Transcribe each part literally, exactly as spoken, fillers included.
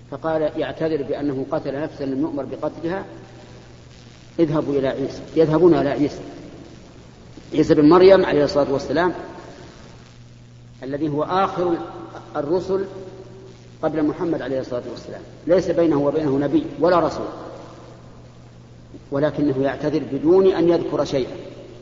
فقال يعتذر بأنه قتل نفسا لم يؤمر بقتلها، اذهبوا إلى عيسى، يذهبون إلى عيسى عيسى بن مريم عليه الصلاة والسلام، الذي هو آخر الرسل قبل محمد عليه الصلاة والسلام، ليس بينه وبينه نبي ولا رسول، ولكنه يعتذر بدون أن يذكر شيئا،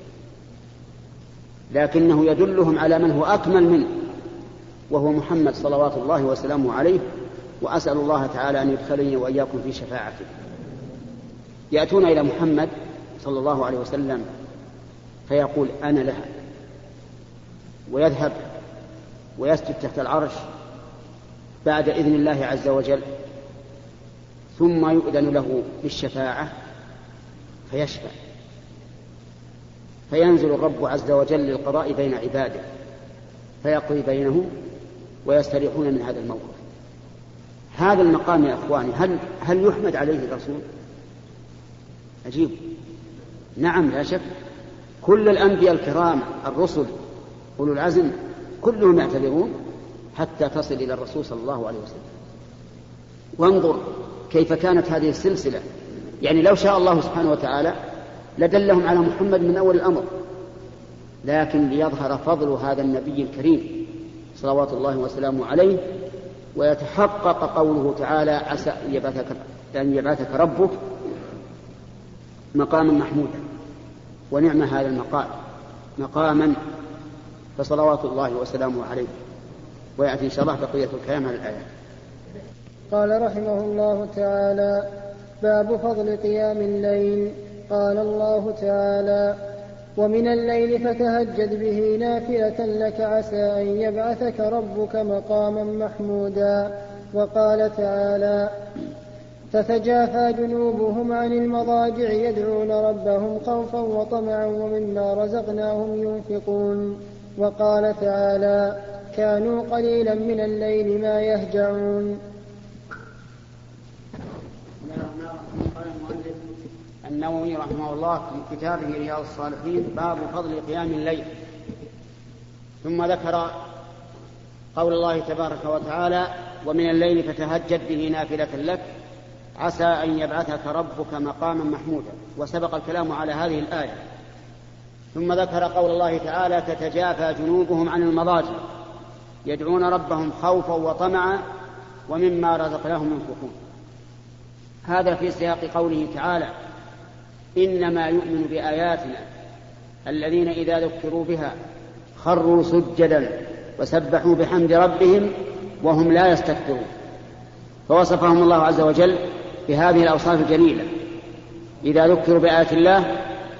لكنه يدلهم على من هو أكمل منه وهو محمد صلوات الله وسلامه عليه، وأسأل الله تعالى أن يدخلني وإياكم في شفاعته. يأتون إلى محمد صلى الله عليه وسلم فيقول أنا لها، ويذهب ويسجد تحت العرش بعد إذن الله عز وجل، ثم يؤذن له بالشفاعة فيشفع، فينزل الرب عز وجل للقضاء بين عباده فيقضي بينهم ويستريحون من هذا الموقف. هذا المقام يا أخواني هل, هل يحمد عليه الرسول؟ عجيب. نعم لا شك، كل الأنبياء الكرام الرسل أولو العزم كلهم يعتذرون حتى تصل إلى الرسول صلى الله عليه وسلم. وانظر كيف كانت هذه السلسلة، يعني لو شاء الله سبحانه وتعالى لدلهم على محمد من أول الأمر، لكن ليظهر فضل هذا النبي الكريم صلوات الله وسلامه عليه، ويتحقق قوله تعالى عسى أن يبعثك ربك مقاما محمودا، ونعم هذا المقام مقاما، فصلوات الله وسلامه عليه. ويأتي إن شاء الله بقية الكلام على الآيات. قال رحمه الله تعالى: باب فضل قيام الليل. قال الله تعالى: ومن الليل فتهجد به نافلة لك عسى أن يبعثك ربك مقاما محمودا. وقال تعالى: تتجافى جنوبهم عن المضاجع يدعون ربهم خوفا وطمعا ومما رزقناهم ينفقون. وقال تعالى: كانوا قليلا من الليل ما يهجعون. النووي رحمه الله في كتابه رياض الصالحين باب فضل قيام الليل، ثم ذكر قول الله تبارك وتعالى: ومن الليل فتهجد به نافلة لك عسى أن يبعثك ربك مقاما محمودا، وسبق الكلام على هذه الآية. ثم ذكر قول الله تعالى: تتجافى جنوبهم عن المضاجع يدعون ربهم خوفا وطمعا ومما رزقناهم ينفقون. هذا في سياق قوله تعالى: إنما يؤمن بآياتنا الذين إذا ذكروا بها خروا سجدا وسبحوا بحمد ربهم وهم لا يستكبرون. فوصفهم الله عز وجل بهذه الأوصاف الجليلة: إذا ذكروا بآيات الله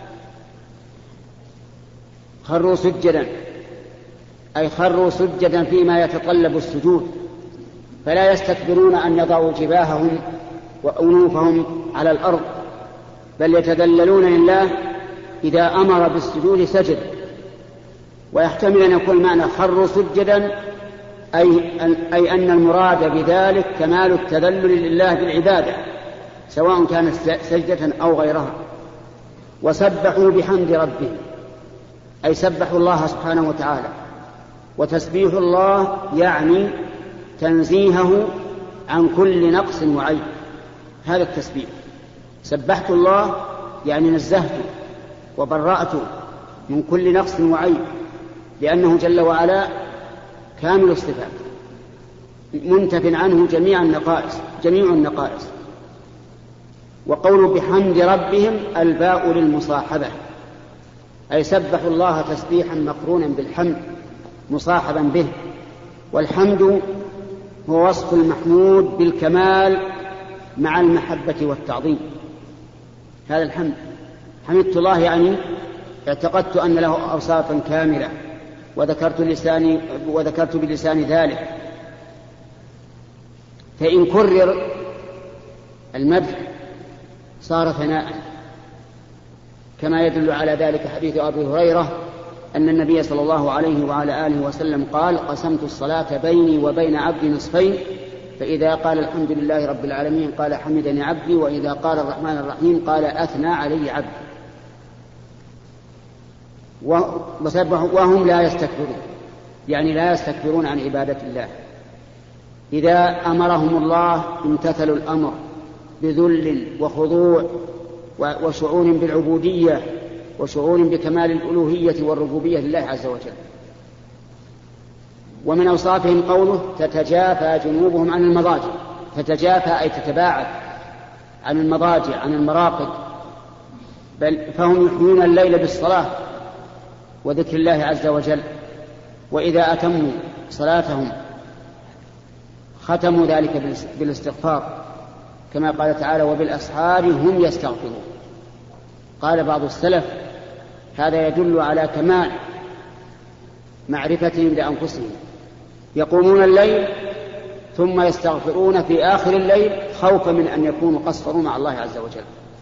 خروا سجدا، أي خروا سجدا فيما يتطلب السجود، فلا يستكبرون أن يضعوا جباههم وأنوفهم على الأرض، بل يتذللون لله إذا أمر بالسجود سجد. ويحتمل أن يكون معنى خروا سجدا أي أن, أي أن المراد بذلك كمال التذلل لله بالعبادة سواء كانت سجدة أو غيرها. وسبحوا بحمد ربهم أي سبحوا الله سبحانه وتعالى، وتسبيح الله يعني تنزيهه عن كل نقص وعيب. هذا التسبيح، سبحت الله يعني نزهته وبرأته من كل نقص وعيب، لأنه جل وعلا كامل الصفات منتف عنه جميع النقائص جميع النقائص. وقول بحمد ربهم الباء للمصاحبة، أي سبحوا الله تسبيحا مقرونا بالحمد مصاحبا به. والحمد هو وصف المحمود بالكمال مع المحبة والتعظيم. هذا الحمد، حمدت الله يعني اعتقدت أن له أوصافا كاملة وذكرت لساني وذكرت بلساني ذلك. فإن كرر المدح صار ثناء، كما يدل على ذلك حديث أبي هريرة أن النبي صلى الله عليه وعلى آله وسلم قال: قسمت الصلاة بيني وبين عبدي نصفين، فإذا قال الحمد لله رب العالمين قال حمدني عبدي، وإذا قال الرحمن الرحيم قال أثنى علي عبدي. وهم لا يستكبرون، يعني لا يستكبرون عن عبادة الله. إذا أمرهم الله امتثلوا الأمر بذل وخضوع وشعور بالعبودية وشعور بكمال الألوهية والربوبية لله عز وجل. ومن أوصافهم قوله تتجافى جنوبهم عن المضاجع. تتجافى أي تتباعد عن المضاجع عن المراقد، بل فهم يحيون الليل بالصلاة وذكر الله عز وجل، وإذا أتموا صلاتهم ختموا ذلك بالاستغفار كما قال تعالى وبالأسحار هم يستغفرون. قال بعض السلف هذا يدل على كمال معرفتهم لأنفسهم، يقومون الليل ثم يستغفرون في آخر الليل خوفا من أن يكونوا قصروا مع الله عز وجل.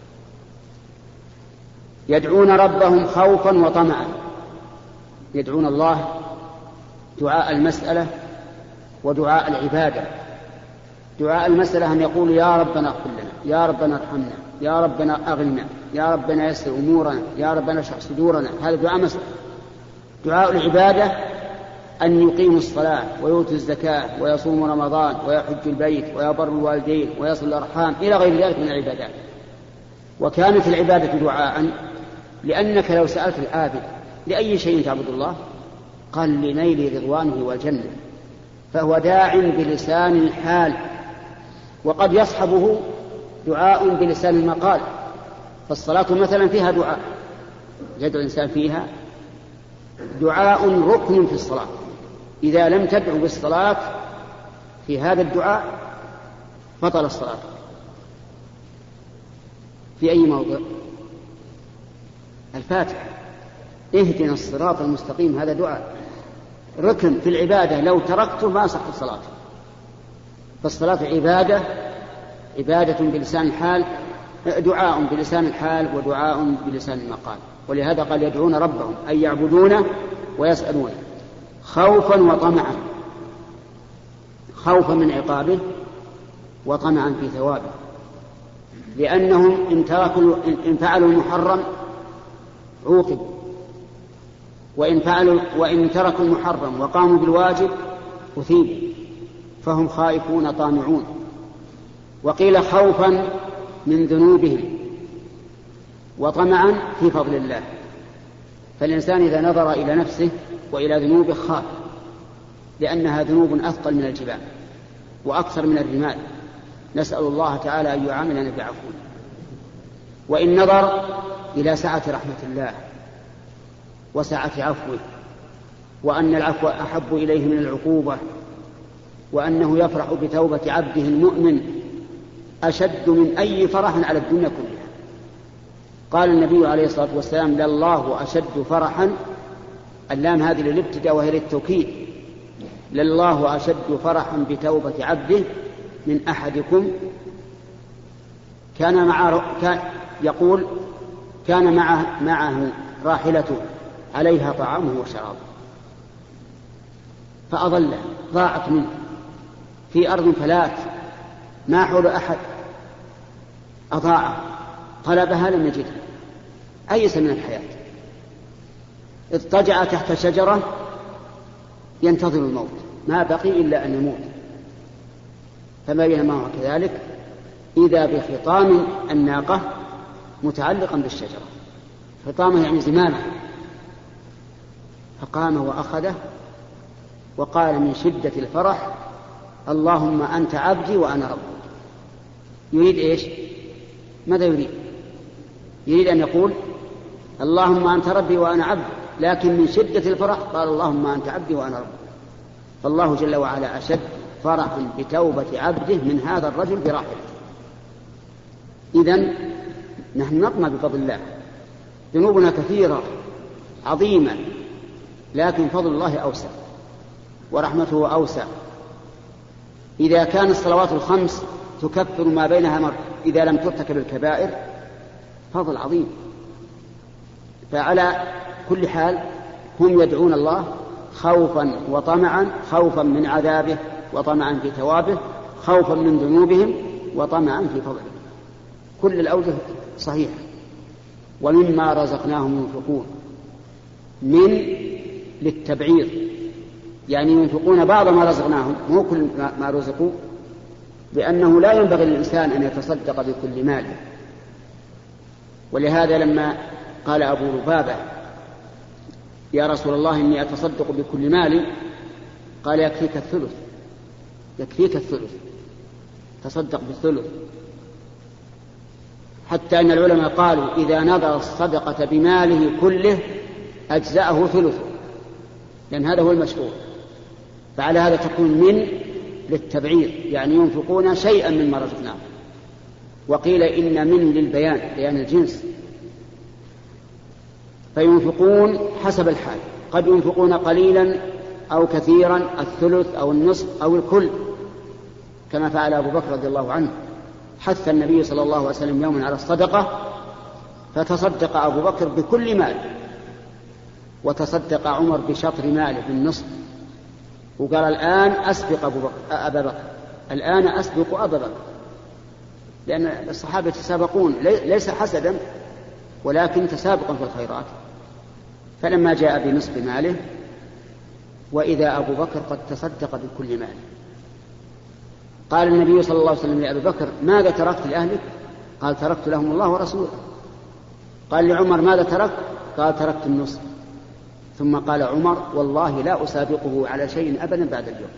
يدعون ربهم خوفا وطمعا، يدعون الله دعاء المسألة ودعاء العبادة. دعاء المسألة أن يقول يا ربنا اغفر لنا، يا ربنا ارحمنا، يا ربنا أغننا، يا ربنا يسر أمورنا، يا ربنا اشرح صدورنا، هذا دعاء مسألة. دعاء العبادة أن يقيموا الصلاة ويؤتوا الزكاة ويصوموا رمضان ويحج البيت ويبر الوالدين ويصل الأرحام إلى غير ذلك من العبادات. وكانت العبادة دعاء، لأنك لو سألت العابد لأي شيء تعبد الله قال لنيل رضوانه والجنة، فهو داع بلسان الحال، وقد يصحبه دعاء بلسان المقال. فالصلاة مثلا فيها دعاء يدعو الإنسان فيها دعاء ركن في الصلاة، إذا لم تدعو بالصلاة في هذا الدعاء بطل الصلاة. في أي موضع؟ الفاتحة، اهدنا الصراط المستقيم، هذا دعاء ركن في العبادة، لو تركته ما صح الصلاة. فالصلاة عبادة، عبادة بلسان الحال، دعاء بلسان الحال ودعاء بلسان المقال. ولهذا قال يدعون ربهم أي يعبدونه ويسألونه خوفا وطمعا، خوفا من عقابه وطمعا في ثوابه، لأنهم إن, إن فعلوا المحرم عوقبوا، وإن, فعلوا وإن تركوا المحرم وقاموا بالواجب أثيبوا، فهم خائفون طامعون. وقيل خوفا من ذنوبهم وطمعا في فضل الله. فالإنسان إذا نظر إلى نفسه وإلى ذنوبه خاف، لأنها ذنوب أثقل من الجبال وأكثر من الرمال، نسأل الله تعالى أن يعاملنا بعفوه. وإن نظر إلى سعة رحمة الله وسعة عفوه، وأن العفو أحب إليه من العقوبة، وأنه يفرح بتوبة عبده المؤمن أشد من أي فرح على الدنيا كلها. قال النبي عليه الصلاة والسلام لله أشد فرحا، اللام هذه للابتداء وهي للتوكيد، لله أشد فرحا بتوبة عبده من أحدكم كان مع كان يقول كان معه, معه راحلته عليها طعامه وشرابه فأضله، ضاعت منه في أرض فلات ما حول أحد، أضاع، طلبها لم يجدها، أيس من الحياة، اضطجع تحت شجرة ينتظر الموت، ما بقي إلا أن يموت. فما بينما هو كذلك إذا بخطام الناقة متعلقا بالشجرة، خطامه يعني زمامه، فقام وأخذه وقال من شدة الفرح اللهم أنت عبدي وأنا ربك. يريد إيش؟ ماذا يريد؟ يريد أن يقول اللهم أنت ربي وأنا عبدي، لكن من شدة الفرح قال اللهم أنت عبدي وأنا ربك. فالله جل وعلا أشد فرحا بتوبة عبده من هذا الرجل براحته. إذن نحن نطمع بفضل الله، ذنوبنا كثيرة عظيمة، لكن فضل الله أوسع ورحمته أوسع. إذا كان الصلوات الخمس تكفر ما بينها مر إذا لم ترتكب الكبائر، فضل عظيم. فعلى كل حال هم يدعون الله خوفا وطمعا، خوفا من عذابه وطمعا في ثوابه، خوفا من ذنوبهم وطمعا في فضله. كل الأوجه صحيحة. ومما رزقناهم ينفقون، من للتبعير يعني ينفقون بعض ما رزقناهم مو كل ما رزقوا، لأنه لا ينبغي للإنسان أن يتصدق بكل ماله. ولهذا لما قال أبو لبابة يا رسول الله إني أتصدق بكل مالي، قال يكفيك الثلث، يكفيك الثلث، تصدق بالثلث. حتى أن العلماء قالوا إذا نذر الصدقة بماله كله أجزأه ثلثه، لأن هذا هو المشروع. فعلى هذا تكون من للتبعير، يعني ينفقون شيئا مما رزقناهم. وقيل إن من للبيان، بيان الجنس، فينفقون حسب الحال، قد ينفقون قليلا أو كثيرا، الثلث أو النصف أو الكل، كما فعل أبو بكر رضي الله عنه. حث النبي صلى الله عليه وسلم يوما على الصدقة فتصدق أبو بكر بكل مال، وتصدق عمر بشطر ماله بالنصف، وقال الآن أسبق أبو بكر أبا بكر، الآن أسبق أبا بكر، لأن الصحابة يتسابقون ليس حسدا ولكن تسابقا في الخيرات. فلما جاء بنصف ماله وإذا أبو بكر قد تصدق بكل ماله، قال النبي صلى الله عليه وسلم لأبي بكر ماذا تركت لأهلك؟ قال تركت لهم الله ورسوله. قال لعمر ماذا تركت؟ قال تركت النصف. ثم قال عمر والله لا أسابقه على شيء أبدا بعد اليوم،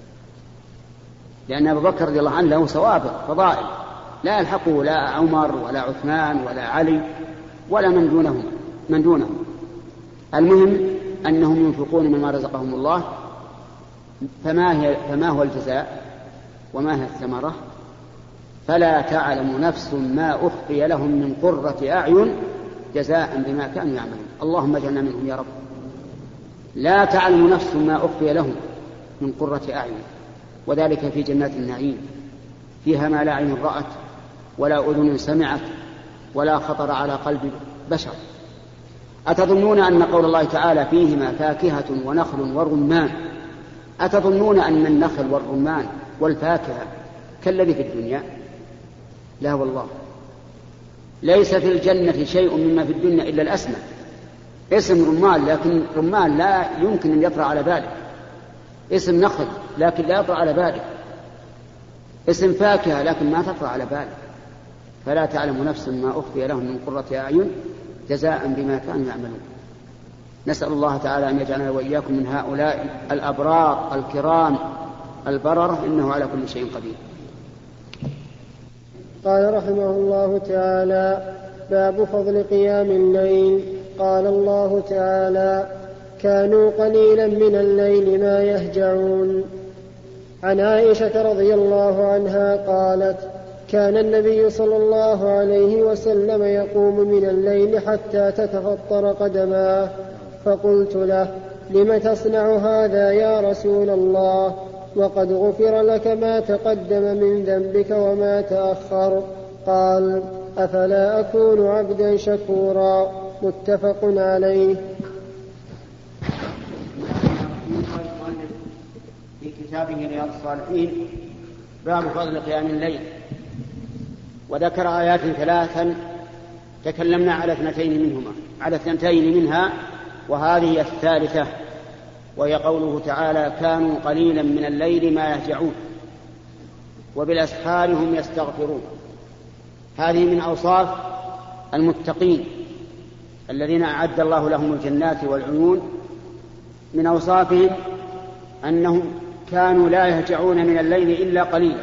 لأن أبو بكر رضي الله عنه له سوابق فضائل لا يلحقه لا عمر ولا عثمان ولا علي ولا من دونهم من دونهم. المهم أنهم ينفقون مما رزقهم الله. فما هي فما هو الجزاء وما هي الثمرة؟ فلا تعلم نفس ما أخفي لهم من قرة أعين جزاء بما كانوا يعملون. اللهم اجعلنا منهم يا رب. لا تعلم نفس ما أخفي لهم من قرة أعين، وذلك في جنات النعيم فيها ما لا عين رأت ولا أذن سمعت ولا خطر على قلب بشر. أتظنون أن قول الله تعالى فيهما فاكهة ونخل ورمان، أتظنون أن النخل والرمان والفاكهة كالذي في الدنيا؟ لا والله، ليس في الجنة شيء مما في الدنيا إلا الأسمى، اسم رمان لكن رمان لا يمكن أن يطرأ على بالك، اسم نخل لكن لا يطرأ على بالك، اسم فاكهة لكن ما تطرأ على بالك. فلا تعلم نفس ما أخفي لهم من قرة أعين جزاء بما كانوا يعملون. نسأل الله تعالى أن يجعلنا وإياكم من هؤلاء الأبرار الكرام البرر، إنه على كل شيء قدير. قال رحمه الله تعالى: باب فضل قيام الليل. قال الله تعالى: كانوا قليلا من الليل ما يهجعون. عن عائشة رضي الله عنها قالت: كان النبي صلى الله عليه وسلم يقوم من الليل حتى تتفطر قدماه، فقلت له: لم تصنع هذا يا رسول الله وقد غفر لك ما تقدم من ذنبك وما تأخر؟ قال: أفلا أكون عبدا شكورا. متفق عليه. في كتابه رياض الصالحين باب فضل قيام الليل، وذكر آيات ثلاثا تكلمنا على اثنتين منهما على اثنتين منها وهذه الثالثة، وهي قوله تعالى: كانوا قليلا من الليل ما يهجعون وبالأسحار هم يستغفرون. هذه من أوصاف المتقين الذين أعد الله لهم الجنات والعيون. من أوصافهم أنهم كانوا لا يهجعون من الليل إلا قليلا،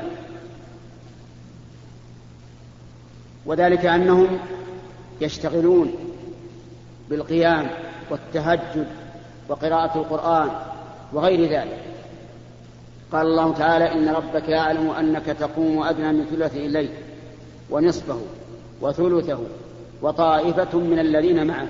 وذلك أنهم يشتغلون بالقيام والتهجد وقراءة القرآن وغير ذلك. قال الله تعالى: إن ربك يعلم أنك تقوم أدنى من ثلثي الليل ونصفه وثلثه وطائفة من الذين معك.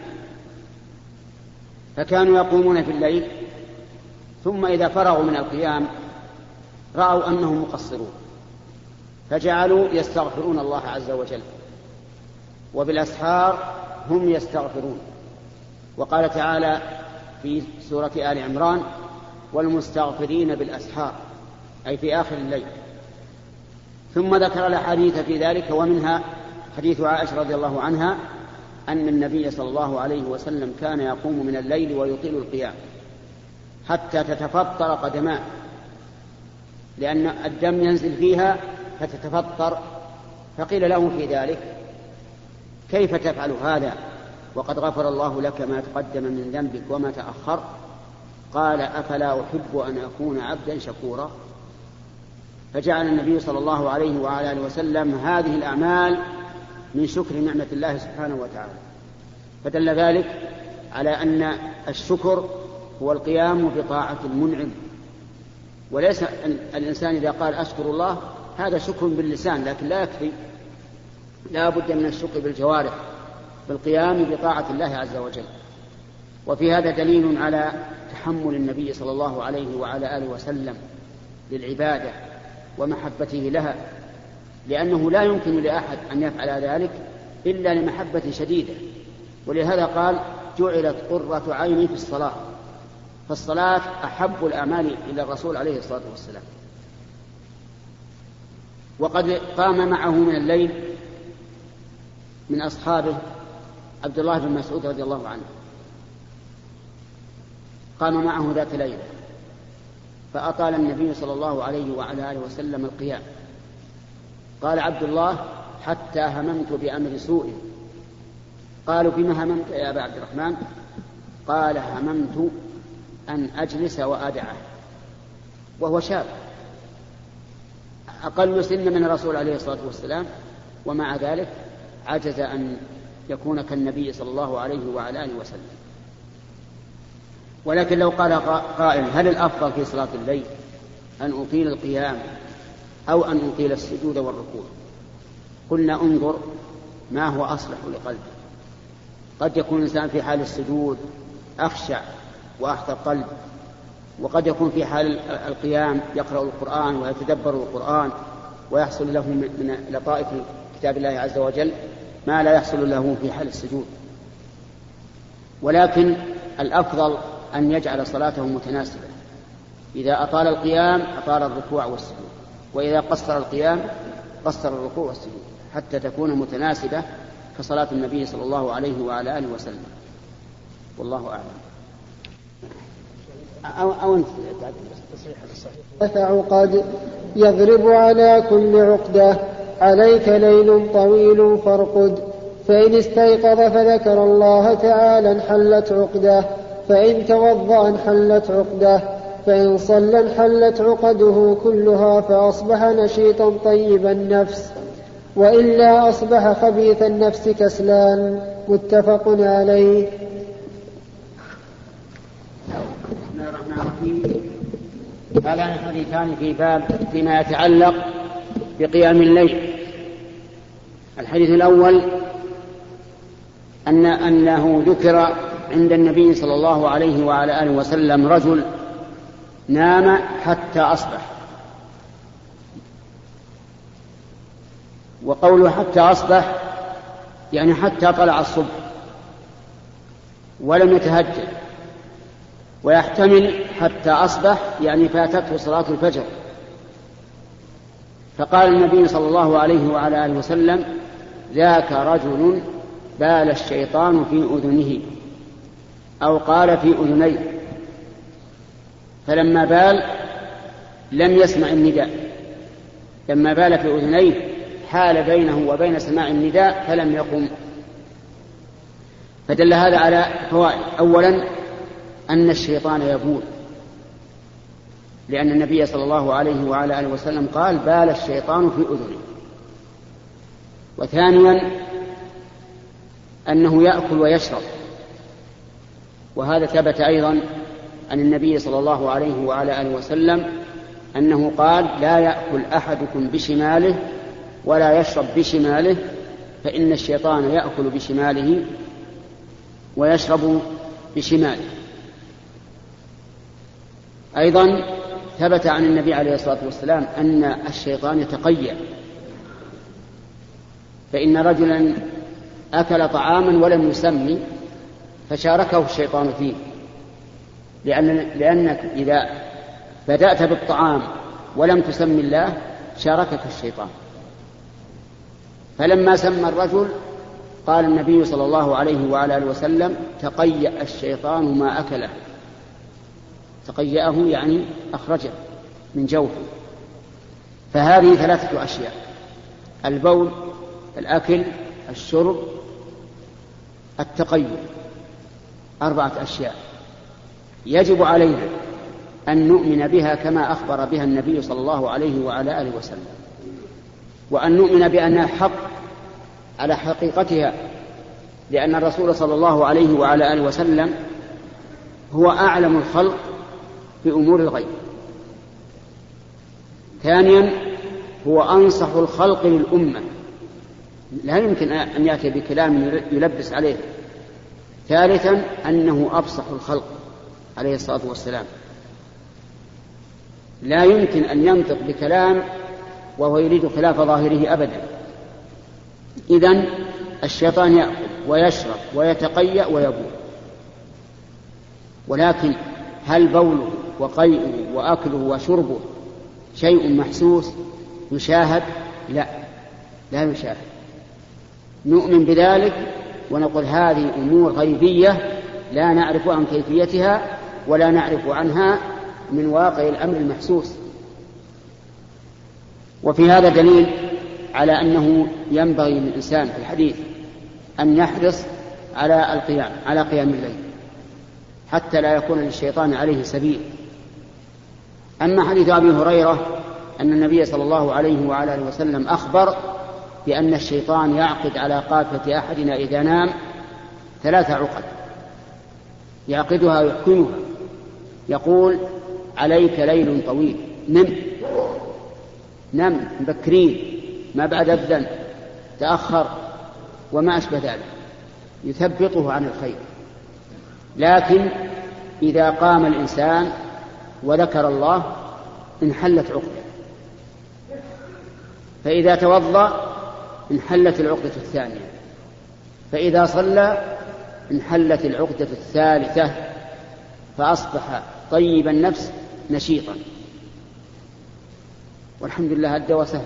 فكانوا يقومون في الليل، ثم إذا فرغوا من القيام رأوا أنهم مقصرون فجعلوا يستغفرون الله عز وجل، وبالأسحار هم يستغفرون. وقال تعالى في سورة آل عمران: والمستغفرين بالأسحار، أي في آخر الليل. ثم ذكر الأحاديث في ذلك، ومنها حديث عائشة رضي الله عنها أن النبي صلى الله عليه وسلم كان يقوم من الليل ويطيل القيام حتى تتفطر قدماه، لأن الدم ينزل فيها فتتفطر. فقيل له في ذلك: كيف تفعل هذا وقد غفر الله لك ما تقدم من ذنبك وما تأخر؟ قال: أفلا أحب أن أكون عبدا شكورا. فجعل النبي صلى الله عليه وعلى آله وسلم هذه الأعمال من شكر نعمة الله سبحانه وتعالى. فدل ذلك على أن الشكر هو القيام بطاعة المنعم، وليس الإنسان إذا قال أشكر الله هذا شكر باللسان، لكن لا يكفي، لا بد من الشكر بالجوارح، بالقيام بطاعة الله عز وجل. وفي هذا دليل على تحمل النبي صلى الله عليه وعلى آله وسلم للعبادة ومحبته لها، لأنه لا يمكن لأحد أن يفعل ذلك إلا لمحبة شديدة. ولهذا قال: جعلت قرة عيني في الصلاة. فالصلاة أحب الأعمال إلى الرسول عليه الصلاة والسلام. وقد قام معه من الليل من أصحابه عبد الله بن مسعود رضي الله عنه، قام معه ذات ليلة فأطال النبي صلى الله عليه وعلى آله وسلم القيام. قال عبد الله: حتى هممت بأمر سوء. قالوا: بما هممت يا أبا عبد الرحمن؟ قال: هممت أن أجلس وأدعه، وهو شاب أقل سن من الرسول عليه الصلاة والسلام، ومع ذلك عجز أن يكون كالنبي صلى الله عليه وعلى آله وسلم. ولكن لو قال قائل: هل الأفضل في صلاة الليل أن أطيل القيام أو أن أطيل السجود والركوع؟ قلنا: انظر ما هو أصلح لقلبه. قد يكون الإنسان في حال السجود أخشع وأحضر قلب، وقد يكون في حال القيام يقرأ القرآن ويتدبر القرآن ويحصل له من لطائف كتاب الله عز وجل ما لا يحصل له في حال السجود. ولكن الأفضل أن يجعل صلاته متناسبة، إذا أطال القيام أطال الركوع والسجود، وإذا قصر القيام قصر الركوع والسجود، حتى تكون متناسبة كصلاة النبي صلى الله عليه وعلى آله وسلم. والله أعلم. أو, أو عقد يضرب على كل عقدة، عليك ليل طويل فارقد، فإن استيقظ فذكر الله تعالى انحلت عقدة، فإن توضأ انحلت عقدة، فإن صلى انحلت عقده كلها، فأصبح نشيطا طيب النفس، وإلا أصبح خبيث النفس كسلان. متفق عليه. هذان الحديثان في باب فيما يتعلق بقيام الليل. الحديث الأول أن أنه ذكر عند النبي صلى الله عليه وعلى آله وسلم رجل نام حتى أصبح، وقوله حتى أصبح يعني حتى طلع الصبح ولم يتهجد، ويحتمل حتى أصبح يعني فاتته صلاة الفجر. فقال النبي صلى الله عليه وعلى آله وسلم: ذاك رجل بال الشيطان في أذنه، أو قال في أذنيه، فلما بال لم يسمع النداء، لما بال في أذنيه حال بينه وبين سماع النداء فلم يقم. فدل هذا على فوائد. أولا أن الشيطان يبول، لأن النبي صلى الله عليه وعلى آله وسلم قال: بال الشيطان في أذنه. وثانيا أنه يأكل ويشرب، وهذا ثبت أيضا عن النبي صلى الله عليه وعلى آله وسلم أنه قال: لا يأكل أحدكم بشماله ولا يشرب بشماله، فإن الشيطان يأكل بشماله ويشرب بشماله. أيضا ثبت عن النبي عليه الصلاة والسلام أن الشيطان يتقيأ، فإن رجلا أكل طعاما ولم يسمي فشاركه الشيطان فيه، لأن لأنك إذا بدأت بالطعام ولم تسمي الله شاركك الشيطان. فلما سمى الرجل قال النبي صلى الله عليه وعلى آله وسلم: تقيأ الشيطان ما أكله. تقيأه يعني أخرجه من جوفه. فهذه ثلاثة أشياء: البول، الأكل، الشرب، التقيؤ، أربعة أشياء يجب علينا أن نؤمن بها كما أخبر بها النبي صلى الله عليه وعلى آله وسلم، وأن نؤمن بأنها حق على حقيقتها، لأن الرسول صلى الله عليه وعلى آله وسلم هو أعلم الخلق بأمور الغيب. ثانيا، هو أنصح الخلق للأمة، لا يمكن أن يأتي بكلام يلبس عليه. ثالثا، أنه أفصح الخلق عليه الصلاة والسلام، لا يمكن أن ينطق بكلام وهو يريد خلاف ظاهره أبدا. إذن الشيطان يأكل ويشرب ويتقيأ ويبول، ولكن هل بوله وقيئه وأكله وشربه شيء محسوس يشاهد؟ لا، لا يشاهد. نؤمن بذلك ونقول هذه أمور غيبية لا نعرف عن كيفيتها ولا نعرف عنها من واقع الأمر المحسوس. وفي هذا دليل على أنه ينبغي للإنسان في الحديث أن يحرص على القيام على قيام الليل حتى لا يكون للشيطان عليه سبيل. أما حديث أبي هريرة أن النبي صلى الله عليه وعلى آله وسلم أخبر بأن الشيطان يعقد على قافية أحدنا إذا نام ثلاث عقد يعقدها ويحكمها، يقول: عليك ليل طويل، نم نم بكرين، ما بعد الذن، تأخر، وما أشبه ذلك، يثبطه عن الخير. لكن إذا قام الإنسان وذكر الله انحلت عقدة، فإذا توضأ انحلت العقدة الثانية، فإذا صلى انحلت العقدة الثالثة، فأصبح طيب النفس نشيطا. والحمد لله الدواء سهل.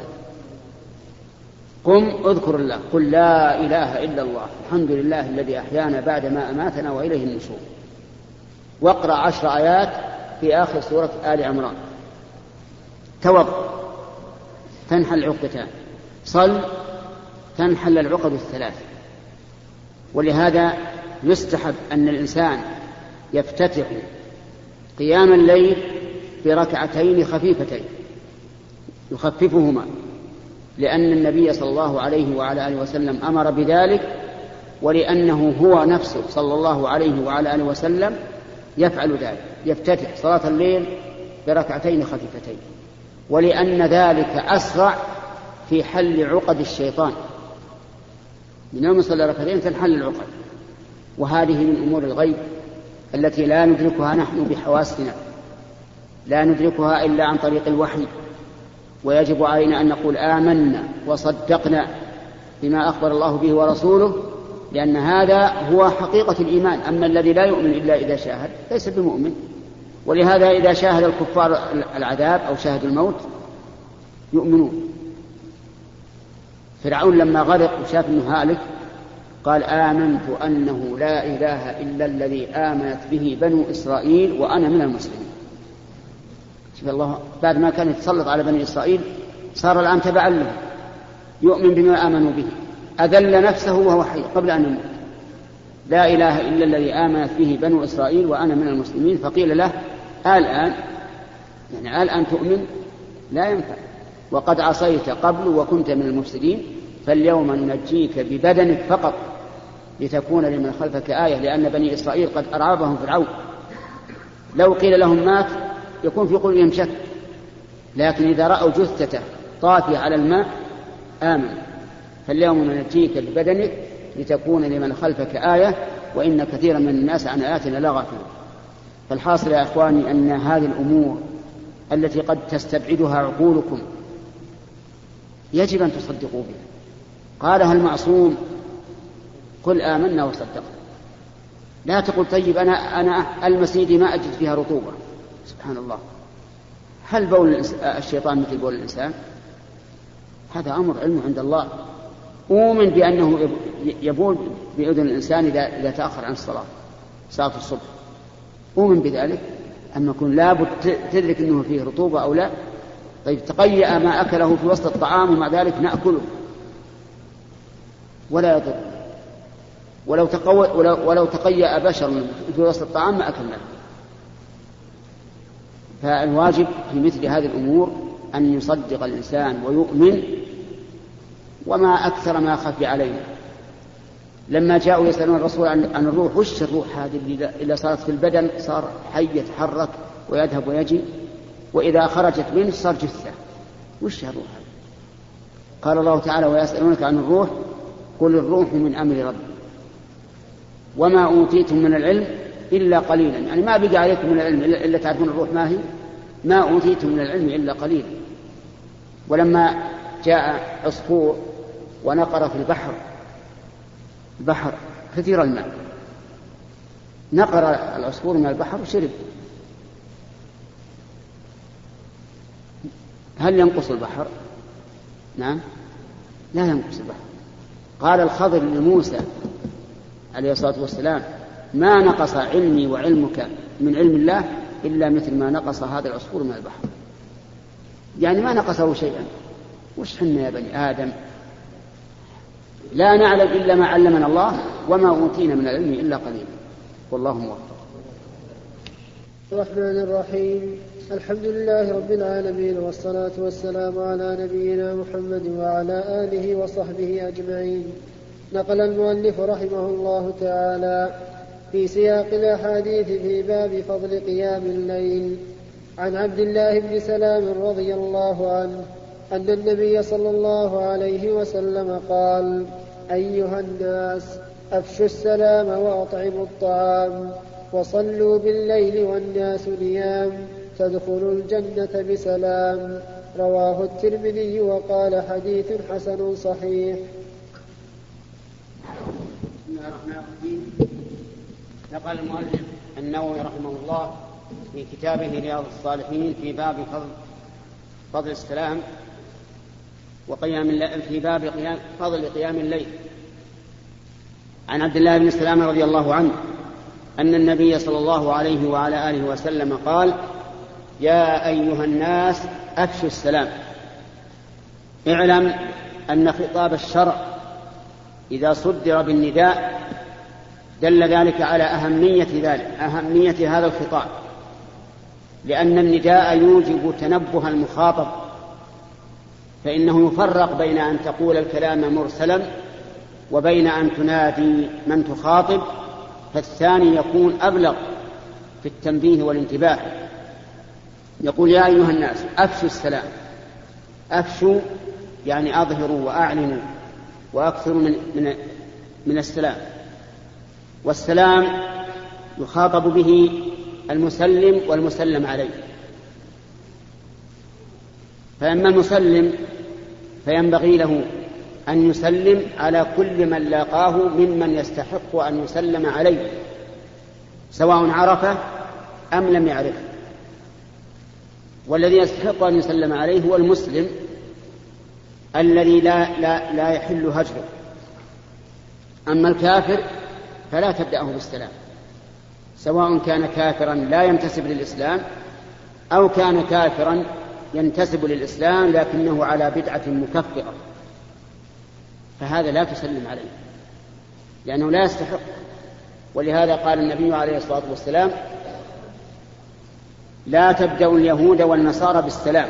قم اذكر الله، قل لا إله إلا الله، الحمد لله الذي أحيانا بعد ما أماتنا وإليه النشور، واقرأ عشر آيات في آخر سورة آل عمران. توضأ تنحل العقدتان، صل تنحل العقد الثلاث. ولهذا يستحب أن الإنسان يفتتح قيام الليل بركعتين خفيفتين يخففهما، لأن النبي صلى الله عليه وعلى آله وسلم أمر بذلك، ولأنه هو نفسه صلى الله عليه وعلى آله وسلم يفعل ذلك، يفتتح صلاة الليل بركعتين خفيفتين، ولأن ذلك أسرع في حل عقد الشيطان. من يوم صلى ركعتين تنحل العقد. وهذه من أمور الغيب التي لا ندركها نحن بحواسنا، لا ندركها إلا عن طريق الوحي، ويجب علينا أن نقول آمنا وصدقنا بما أخبر الله به ورسوله، لأن هذا هو حقيقة الإيمان. أما الذي لا يؤمن إلا إذا شاهد ليس بمؤمن. ولهذا إذا شاهد الكفار العذاب أو شاهدوا الموت يؤمنون. فرعون لما غرق وشاف أنه هالك قال: آمنت أنه لا إله إلا الذي آمنت به بنو إسرائيل وأنا من المسلمين. شوف الله، بعد ما كان يتسلط على بني إسرائيل صار الآن تبعا له، يؤمن بما آمنوا به، أذل نفسه وهو حي قبل أن يموت. لا إله إلا الذي آمنت به بنو إسرائيل وأنا من المسلمين. فقيل له: الآن يعني الآن تؤمن؟ لا ينفع، وقد عصيت قبل وكنت من المفسدين، فاليوم ننجيك ببدنك فقط لتكون لمن خلفك آية، لأن بني إسرائيل قد أرعبهم فرعون. لو قيل لهم مات يكون في قلوبهم شك، لكن إذا رأوا جثته طافية على الماء آمن. فاليوم ننجيك ببدنك لتكون لمن خلفك آية وإن كثيرا من الناس عن آياتنا لغافلون. فالحاصل يا أخواني أن هذه الأمور التي قد تستبعدها عقولكم يجب أن تصدقوا بها. قالها المعصوم: قل آمنا وصدقنا. لا تقول طيب أنا أنا المسيدي ما أجد فيها رطوبة. سبحان الله، هل بول الشيطان مثل بول الإنسان؟ هذا أمر علم عند الله. أؤمن بأنه يبول بأذن الإنسان إذا إذا تأخر عن الصلاة، صلاة الصبح، أؤمن بذلك، أما يكون لابد تدرك أنه فيه رطوبة أو لا. طيب تقيأ ما أكله في وسط الطعام ومع ذلك نأكله ولا يضر. ولو, ولو, ولو تقيأ بشر في وسط الطعام ما أكلنا. فالواجب في مثل هذه الأمور أن يصدق الإنسان ويؤمن. وما أكثر ما خفي علينا لما جاءوا يسألون الرسول عن الروح، وش الروح هذه إذا صارت في البدن صار حي يتحرك ويذهب ويجي، وإذا خرجت منه صار جثة، وش الروح هذه؟ قال الله تعالى ويسألونك عن الروح قل الروح من أمر ربي وما أوتيتم من العلم إلا قليلا. يعني ما بقى عليكم من العلم إلا تعرفون الروح ما هي، ما أوتيتم من العلم إلا قليلا. ولما جاء عصفور ونقر في البحر، البحر كثير الماء، نقر العصفور من البحر وشرب، هل ينقص البحر؟ نعم لا ينقص البحر. قال الخضر لموسى عليه الصلاة والسلام ما نقص علمي وعلمك من علم الله إلا مثل ما نقص هذا العصفور من البحر. يعني ما نقصه شيئا. وش حنا يا بني آدم لا نعلم إلا ما علمنا الله وما أوتينا من العلم إلا قليلا. والله موفق. الرحمن الرحيم. الحمد لله رب العالمين، والصلاة والسلام على نبينا محمد وعلى آله وصحبه أجمعين. نقل المؤلف رحمه الله تعالى في سياق الأحاديث في باب فضل قيام الليل عن عبد الله بن سلام رضي الله عنه أن النبي صلى الله عليه وسلم قال أيها الناس أفشوا السلام وأطعموا الطعام وصلوا بالليل والناس نيام تدخلوا الجنة بسلام. رواه الترمذي وقال حديث حسن صحيح. بسم الله الرحمن الرحيم. نقل المؤلف النووي رحمه الله في كتابه رياض الصالحين في باب فضل, فضل السلام وقيام الليل، في باب قيام فضل قيام الليل عن عبد الله بن سلام رضي الله عنه أن النبي صلى الله عليه وعلى آله وسلم قال يا أيها الناس أفشوا السلام. اعلم أن خطاب الشرع إذا صدر بالنداء دل ذلك على أهمية ذلك أهمية هذا الخطاب، لأن النداء يوجب تنبه المخاطب، فإنه يفرق بين أن تقول الكلام مرسلا وبين أن تنادي من تخاطب، فالثاني يكون أبلغ في التنبيه والانتباه. يقول يا أيها الناس أفشوا السلام. أفشوا يعني أظهروا وأعلنوا وأكثروا من, من, من السلام. والسلام يخاطب به المسلم والمسلم عليه. فأما المسلم فينبغي له أن يسلم على كل من لاقاه ممن يستحق أن يسلم عليه سواء عرفه أم لم يعرفه. والذي يستحق أن يسلم عليه هو المسلم الذي لا, لا, لا يحل هجره. أما الكافر فلا تبدأه بالسلام، سواء كان كافرا لا ينتسب للإسلام أو كان كافرا ينتسب للإسلام لكنه على بدعة مكفرة، فهذا لا تسلم عليه لأنه لا يستحق. ولهذا قال النبي عليه الصلاة والسلام لا تبدأوا اليهود والنصارى بالسلام.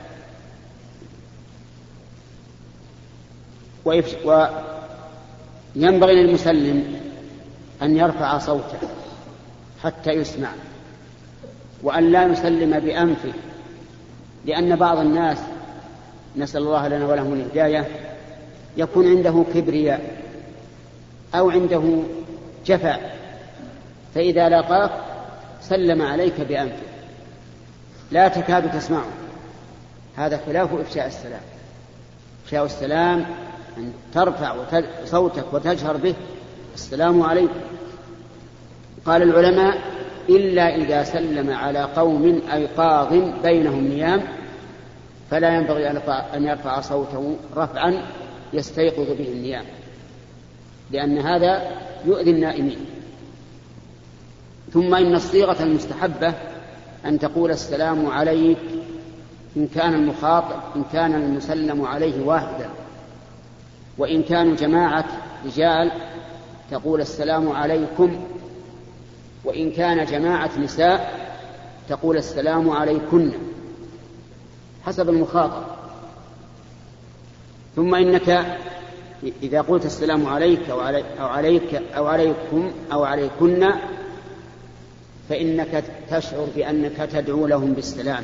وينبغي للمسلم أن يرفع صوته حتى يسمع، وأن لا يسلم بأنفه، لأن بعض الناس نسأل الله لنا ولهم الهداية يكون عنده كبرياء أو عنده جفاء، فإذا لاقاك سلم عليك بأنفه لا تكاد تسمعه. هذا خلاف إفشاء السلام. إفشاء السلام أن ترفع صوتك وتجهر به السلام عليكم. قال العلماء إلا إذا سلم على قوم أيقاظ بينهم نيام فلا ينبغي أن يرفع صوته رفعا يستيقظ به النيام، لأن هذا يؤذي النائمين. ثم إن الصيغة المستحبة أن تقول السلام عليك إن كان المخاطب إن كان المسلم عليه واحدا، وإن كانوا جماعة رجال تقول السلام عليكم، وإن كان جماعة نساء تقول السلام عليكن حسب المخاطب. ثم إنك إذا قلت السلام عليك أو, علي أو عليك أو عليكم أو عليكن فإنك تشعر بأنك تدعو لهم بالسلام.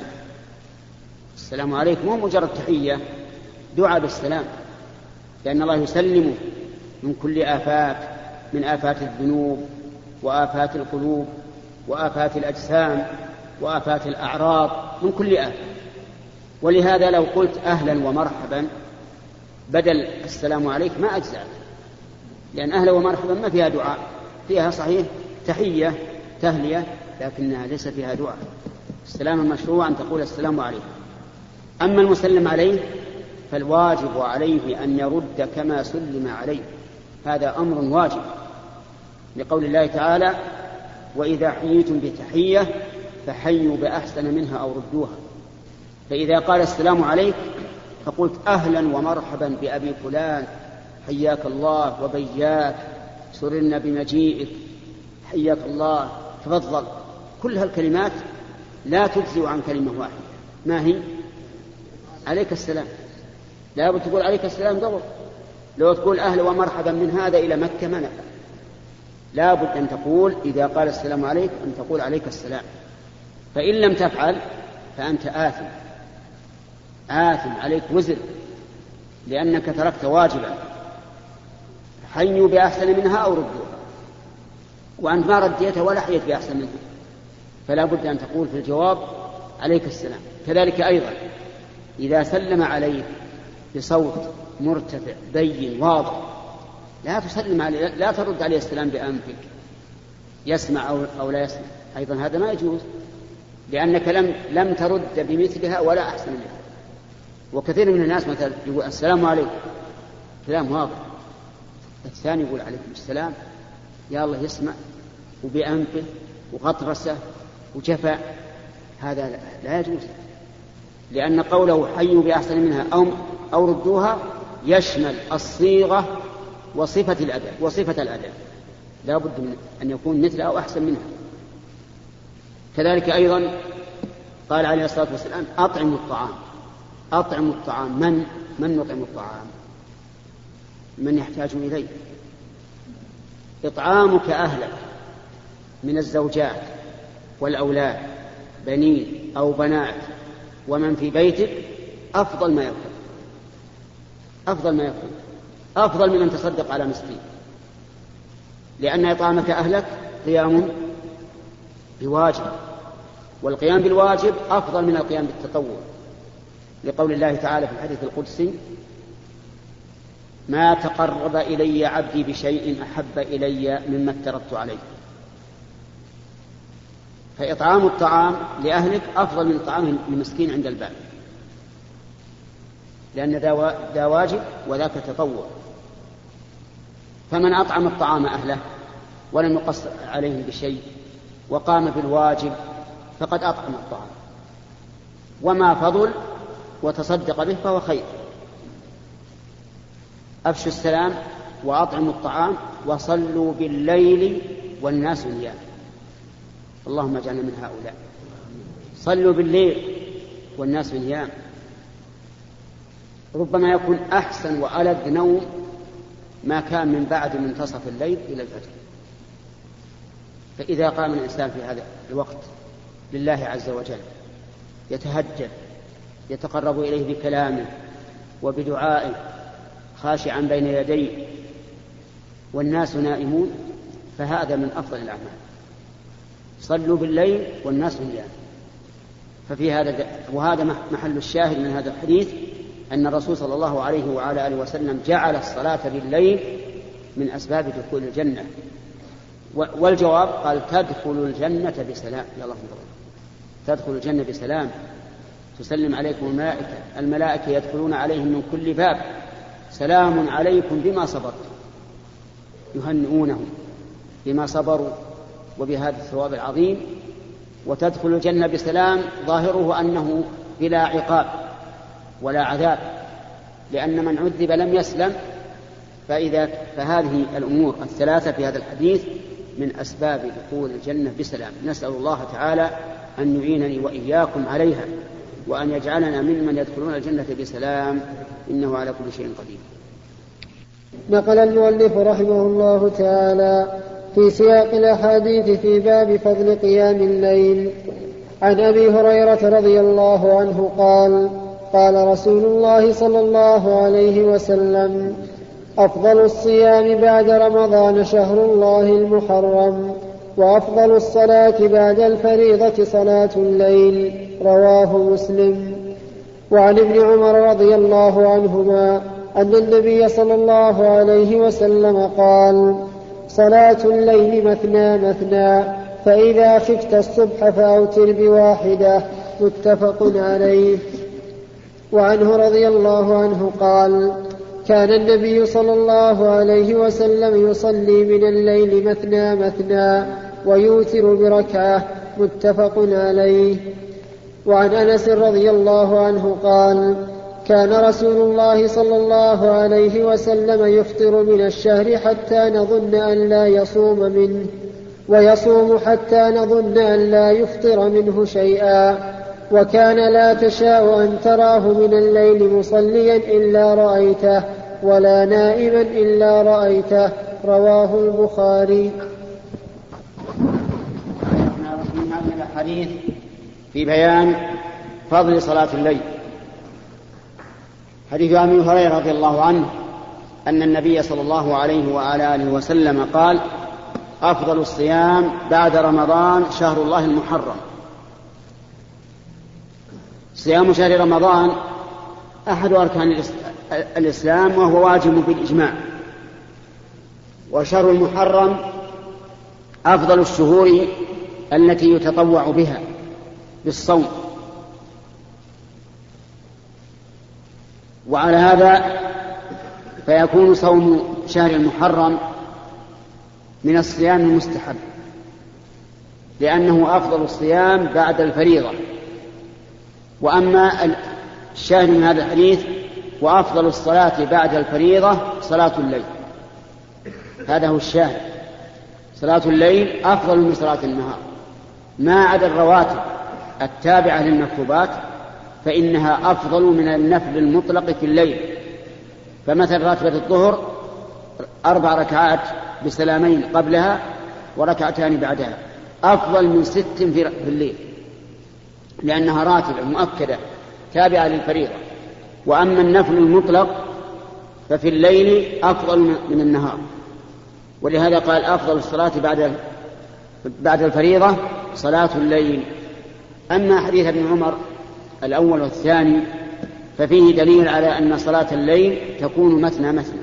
السلام عليكم مو مجرد تحية، دعاء بالسلام، لأن الله يسلم من كل آفات، من آفات الذنوب وآفات القلوب وآفات الأجسام وآفات الأعراض، من كل آفة. ولهذا لو قلت أهلا ومرحبا بدل السلام عليك ما أجزأ، لأن أهلا ومرحبا ما فيها دعاء، فيها صحيح تحية تهلية لكنها ليس فيها دعاء. السلام المشروع أن تقول السلام عليكم. أما المسلم عليه فالواجب عليه أن يرد كما سلم عليه، هذا أمر واجب لقول الله تعالى وإذا حييتم بتحية فحيوا بأحسن منها أو ردوها. فإذا قال السلام عليك فقلت أهلا ومرحبا بأبي فلان حياك الله وبياك سررنا بمجيئك حياك الله تفضل، كل هالكلمات لا تجزئ عن كلمة واحدة، ما هي؟ عليك السلام. لا بد تقول عليك السلام قبل. لو تقول أهلا ومرحبا من هذا إلى مكة ما نفع، لا بد أن تقول إذا قال السلام عليك أن تقول عليك السلام. فإن لم تفعل فأنت آثم آثم عليك وزر، لأنك تركت واجبا. حيوا بأحسن منها أو ردوها، وأنت ما رديتها ولا حيت بأحسن منها، فلا بد أن تقول في الجواب عليك السلام. كذلك أيضا إذا سلم عليك بصوت مرتفع بين واضح لا تسلم عليه، لا ترد عليه السلام بأنفك يسمع أو لا يسمع، أيضا هذا ما يجوز، لأنك لم, لم ترد بمثلها ولا أحسن منها. وكثير من الناس مثلا يقول السلام عليكم كلام واضح، الثاني يقول عليكم السلام يا الله يسمع وبأنفه وغطرسه وجفا، هذا لا يجوز، لأن قوله حيوا بأحسن منها أو, أو ردوها يشمل الصيغة وصفة الأداء وصفة الأداء، لا بد من أن يكون مثلها أو أحسن منها. كذلك أيضا قال عليه الصلاة والسلام أطعموا الطعام. أطعموا الطعام، من من نطعم الطعام؟ من يحتاج إليه. إطعامك أهلك من الزوجات والأولاد بنين أو بنات ومن في بيتك أفضل ما يكون، أفضل ما يكون أفضل من أن تصدق على مسكين، لأن إطعامك أهلك قيام بواجب، والقيام بالواجب أفضل من القيام بالتطوع، لقول الله تعالى في الحديث القدسي ما تقرب إلي عبدي بشيء أحب إلي مما افترضت عليه. فإطعام الطعام لأهلك أفضل من طعام المسكين عند الباب، لأن ذا واجب وذاك تطوع. فمن أطعم الطعام أهله ولم يقصر عليهم بشيء وقام بالواجب فقد أطعم الطعام، وما فضل وتصدق به فهو خير. أفشوا السلام وأطعموا الطعام وصلوا بالليل والناس نيام. اللهم اجعلنا من هؤلاء. صلوا بالليل والناس نيام، ربما يكون أحسن وألذ نوم ما كان من بعد منتصف الليل إلى الفجر. فإذا قام الإنسان في هذا الوقت لله عز وجل يتهجد يتقرب إليه بكلامه وبدعائه خاشعا بين يديه والناس نائمون، فهذا من أفضل الأعمال. صلوا بالليل والناس نيام. ففي هذا وهذا محل الشاهد من هذا الحديث أن الرسول صلى الله عليه وعلى آله وسلم جعل الصلاة بالليل من أسباب دخول الجنة. والجواب قال تدخل الجنة بسلام. يا الله تدخل الجنة بسلام، تسلم عليكم الملائكة، الملائكة يدخلون عليهم من كل باب سلام عليكم بما صبرتم، يهنئونهم بما صبروا وبهذا الثواب العظيم وتدخل الجنة بسلام ظاهره أنه بلا عقاب ولا عذاب، لأن من عذب لم يسلم. فإذا فهذه الأمور الثلاثة في هذا الحديث من أسباب دخول الجنة بسلام. نسأل الله تعالى أن يعينني وإياكم عليها، وأن يجعلنا ممن يدخلون الجنة بسلام، إنه على كل شيء قدير. نقل المؤلف رحمه الله تعالى في سياق الأحاديث في باب فضل قيام الليل عن أبي هريرة رضي الله عنه قال: قال رسول الله صلى الله عليه وسلم: أفضل الصيام بعد رمضان شهر الله المحرم، وأفضل الصلاة بعد الفريضة صلاة الليل. رواه مسلم. وعن ابن عمر رضي الله عنهما أن النبي صلى الله عليه وسلم قال: صلاة الليل مثنى مثنى، فإذا خفت الصبح فأوتر بواحدة. متفق عليه. وعنه رضي الله عنه قال: كان النبي صلى الله عليه وسلم يصلي من الليل مثنى مثنى ويوتر بركعة. متفق عليه. وعن أنس رضي الله عنه قال: كان رسول الله صلى الله عليه وسلم يفطر من الشهر حتى نظن أن لا يصوم منه، ويصوم حتى نظن أن لا يفطر منه شيئا، وكان لا تشاء أن تراه من الليل مصليا إلا رأيته، ولا نائما إلا رأيته. رواه البخاري. الحديث في بيان فضل صلاة الليل. حديث أبي هريرة رضي الله عنه أن النبي صلى الله عليه وعلى آله وسلم قال: أفضل الصيام بعد رمضان شهر الله المحرم. صيام شهر رمضان أحد أركان الإسلام، وهو واجب بالإجماع. وشهر المحرم أفضل الشهور التي يتطوع بها بالصوم. وعلى هذا فيكون صوم شهر المحرم من الصيام المستحب، لأنه أفضل الصيام بعد الفريضة. وأما الشاهد من هذا الحديث: وأفضل الصلاة بعد الفريضة صلاة الليل. هذا هو الشاهد. صلاة الليل أفضل من صلاة النهار، ما عدا الرواتب التابعة للمكتوبات فإنها أفضل من النفل المطلق في الليل. فمثل راتبة الظهر أربع ركعات بسلامين قبلها وركعتان بعدها أفضل من ست في الليل، لأنها راتبة مؤكدة تابعة للفريضة. وأما النفل المطلق ففي الليل أفضل من النهار، ولهذا قال: أفضل الصلاة بعد بعد الفريضة صلاة الليل. أما حديث ابن عمر الأول والثاني ففيه دليل على أن صلاة الليل تكون مثنى مثنى،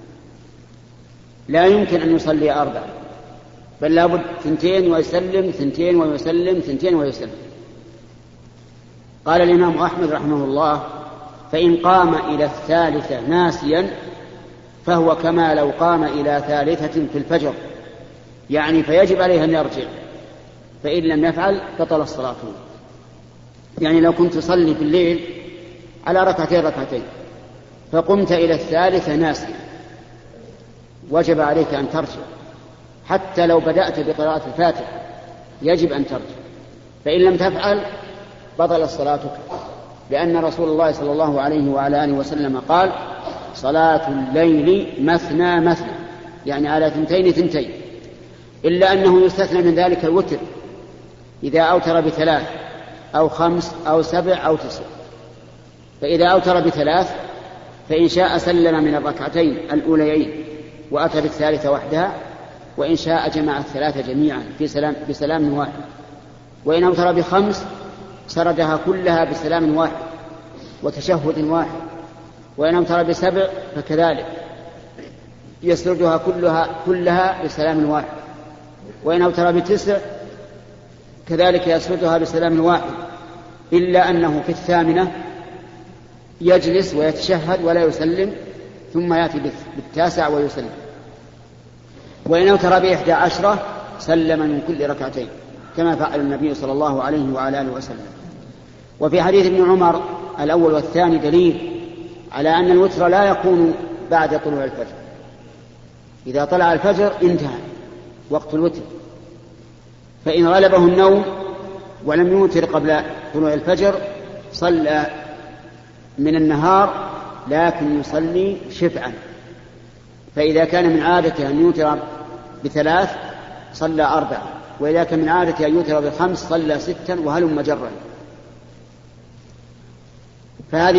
لا يمكن أن يصلي أربع، بل لابد ثنتين ويسلم، ثنتين ويسلم، ثنتين ويسلم. قال الإمام أحمد رحمه الله: فإن قام إلى الثالثة ناسيا فهو كما لو قام إلى ثالثة في الفجر، يعني فيجب عليه أن يرجع، فإن لم يفعل بطل الصلاة. يعني لو كنت تصلي في الليل على ركعتين ركعتين فقمت إلى الثالثة ناسيا وجب عليك أن ترجع، حتى لو بدأت بقراءة الفاتحة يجب أن ترجع، فإن لم تفعل بطل صلاتك، لأن رسول الله صلى الله عليه وعلى آله وسلم قال: صلاة الليل مثنى مثنى، يعني على ثنتين ثنتين، إلا أنه يستثنى من ذلك الوتر إذا أوتر بثلاث أو خمس أو سبع أو تسع. فإذا أوتر بثلاث فإن شاء سلم من الركعتين الأوليين وأتى بالثالثة وحدها، وإن شاء جمع الثلاثة جميعا في سلام بسلام واحد. وإن أوتر بخمس سردها كلها بسلام واحد وتشهد واحد. وإن أوتر بسبع فكذلك يسردها كلها, كلها بسلام واحد. وإن أوتر بتسع كذلك يسردها بسلام واحد، إلا أنه في الثامنة يجلس ويتشهد ولا يسلم، ثم يأتي بالتاسع ويسلم. وإن أوتر بإحدى عشرة سلم من كل ركعتين، كما فعل النبي صلى الله عليه وعلى آله وسلم. وفي حديث ابن عمر الأول والثاني دليل على أن الوتر لا يكون بعد طلوع الفجر. إذا طلع الفجر انتهى وقت الوتر، فإن غلبه النوم ولم يوتر قبل طلوع الفجر صلى من النهار لكن يصلي شفعا. فإذا كان من عادته أن يوتر بثلاث صلى أربعة، وإذا كان من عادته أن يوتر بخمس صلى ستا وهلم جرا. فهذه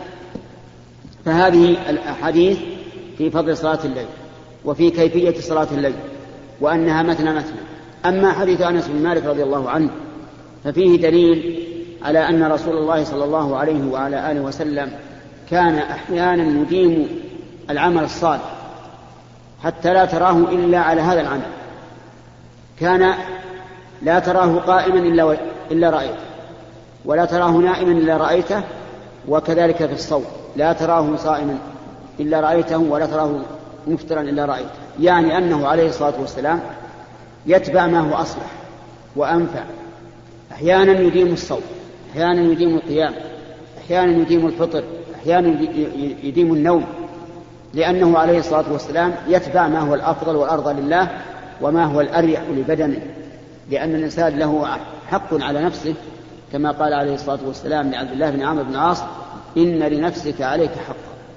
فهذه الأحاديث في فضل صلاة الليل وفي كيفية صلاة الليل وأنها مثنى مثنى. أما حديث أنس بن مالك رضي الله عنه ففيه دليل على أن رسول الله صلى الله عليه وعلى آله وسلم كان أحيانا يديم العمل الصالح حتى لا تراه إلا على هذا العمل. كان لا تراه قائما إلا, إلا رأيته، ولا تراه نائما إلا رأيته، وكذلك في الصوم لا تراه صائما إلا رأيته، ولا تراه مفطرا إلا رأيته. يعني أنه عليه الصلاة والسلام يتبع ما هو أصلح وأنفع. أحيانا يديم الصوم، أحيانا يديم القيام، أحيانا يديم الفطر، أحيانا يديم النوم، لأنه عليه الصلاة والسلام يتبع ما هو الأفضل والأرضى لله وما هو الأريح لبدنه، لأن الإنسان له حق على نفسه كما قال عليه الصلاة والسلام لعبد الله بن عمرو بن العاص: إن لنفسك عليك حقا.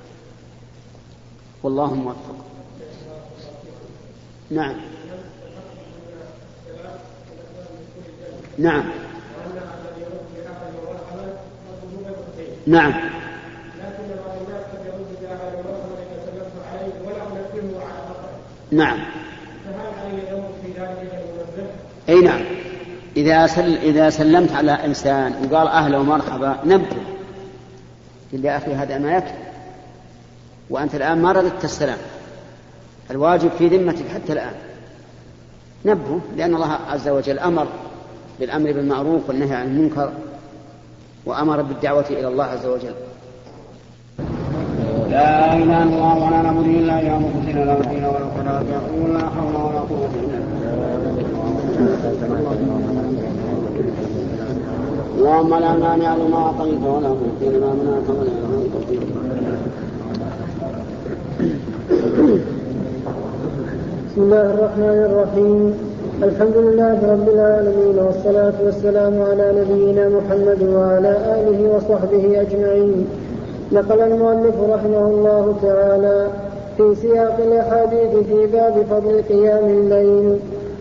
والله موفق. نعم نعم نعم نعم أي نعم. إذا, سل إذا سلمت على إنسان وقال أهلا ومرحبا نبه، قل يا أخي هذا ما يكفي، وأنت الآن ما رددت السلام، الواجب في ذمتك حتى الآن نبه، لأن الله عز وجل أمر بالأمر بالمعروف والنهي عن المنكر، وأمر بالدعوة إلى الله عز وجل. لا إله إلا الله ولا نعبد إلا إياه مخلصين له الدين ولو كره الكافرون لا حول ولا قوة إلا بالله. اللهم لا مانع لما أعطيت ولا معطي لما منعت ولا ينفع. بسم الله الرحمن الرحيم. الحمد لله رب العالمين، والصلاة والسلام على نبينا محمد وعلى آله وصحبه أجمعين. نقل المؤلف رحمه الله تعالى في سياق الأحاديث في باب فضل قيام الليل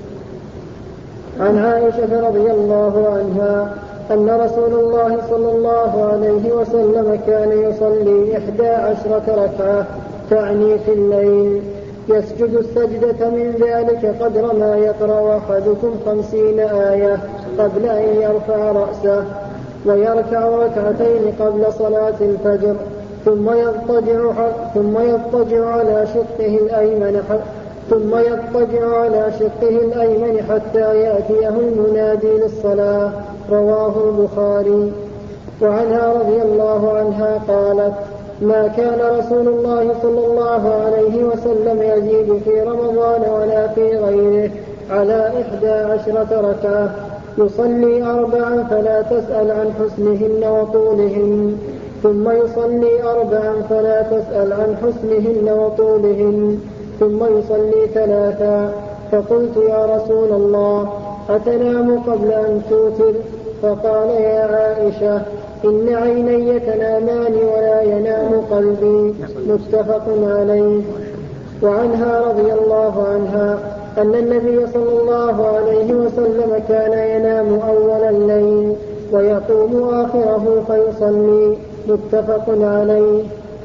عن عائشة رضي الله عنها أن رسول الله صلى الله عليه وسلم كان يصلي إحدى عشرة ركعة، تعني في الليل، يسجد السجدة من ذلك قدر ما يقرأ أحدكم خمسين آية قبل أن يرفع رأسه، ويركع ركعتين قبل صلاة الفجر، ثم يضطجع ثم يضطجع على شقه الأيمن ثم يضطجع على شقه الأيمن حتى يأتيه المنادي للصلاة. رواه البخاري. وعنها رضي الله عنها قالت: ما كان رسول الله صلى الله عليه وسلم يزيد في رمضان ولا في غيره على إحدى عشرة ركعة، يصلي أربعا فلا تسأل عن حسنهن وطولهن، ثم يصلي أربعا فلا تسأل عن حسنهن وطولهن، ثم يصلي ثلاثا. فقلت: يا رسول الله، أتنام قبل أن توتر؟ فقال: يا عائشة، إن عيني تنامان ولا ينام قلبي. متفق عليه. وعنها رضي الله عنها أن النبي صلى الله عليه وسلم كان ينام أول الليل ويقوم آخره فيصلي. متفق عليه.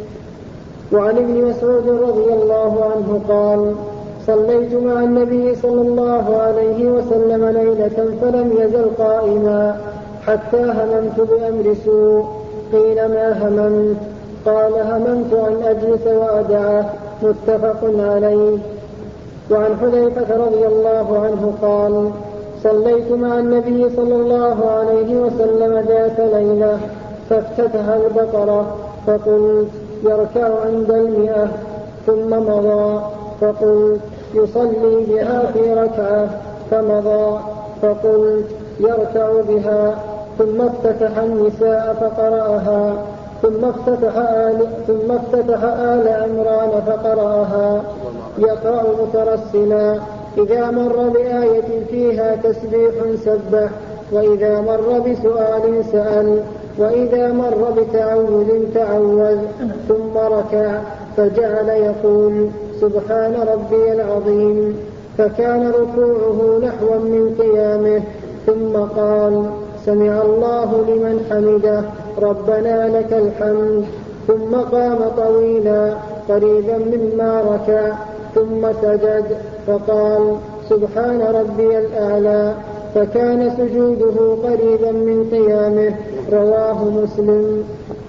وعن ابن مسعود رضي الله عنه قال: صليت مع النبي صلى الله عليه وسلم ليلة فلم يزل قائما حتى هممت بأمر سوء. قيل: ما هممت؟ قال: هممت أن أجلس وأدعه. متفق عليه. وعن حذيفة رضي الله عنه قال: صليت مع النبي صلى الله عليه وسلم ذات ليلة فافتتح البقرة فقلت: يركع عند المئة، ثم مضى فقلت: يصلي بها في ركعة، فمضى فقلت يركع بها. ثم افتتح النساء فقرأها، ثم افتتح آل, ثم افتتح آل عمران فقرأها يقرأ مترسلا. إذا مر بآية فيها تسبيح سبح، وإذا مر بسؤال سأل، وإذا مر بتعوذ تعوذ. ثم ركع فجعل يقول سبحان ربي العظيم، فكان ركوعه نحوا من قيامه. ثم قال سمع الله لمن حمده ربنا لك الحمد. ثم قام طويلا قريبا مما ركع، ثم سجد فقال سبحان ربي الأعلى، فكان سجوده قريبا من قيامه. رواه مسلم.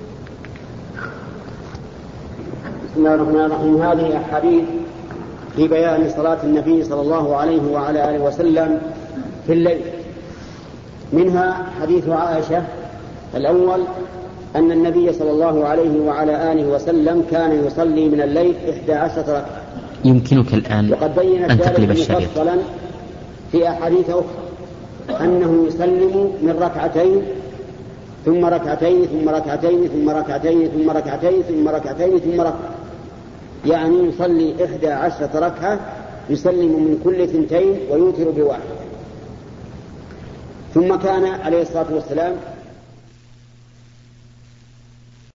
بسم الله الرحمن الرحيم. هذه أحاديث في بيان صلاة النبي صلى الله عليه وعلى آله وسلم في الليل. منها حديث عائشة الأول أن النبي صلى الله عليه وعلى آله وسلم كان يصلي من الليل إحدى عشرة ركعة. يمكنك الآن وقد بينت ذلك مفصلا في أحاديث أخرى أنه يسلم من ركعتين ثم ركعتين ثم ركعتين ثم ركعتين ثم ركعتين ثم ركعتين ثم ركعتين، يعني يصلي إحدى عشرة ركعة يسلم من كل ثنتين ويوتر بواحد. ثم كان عليه الصلاة والسلام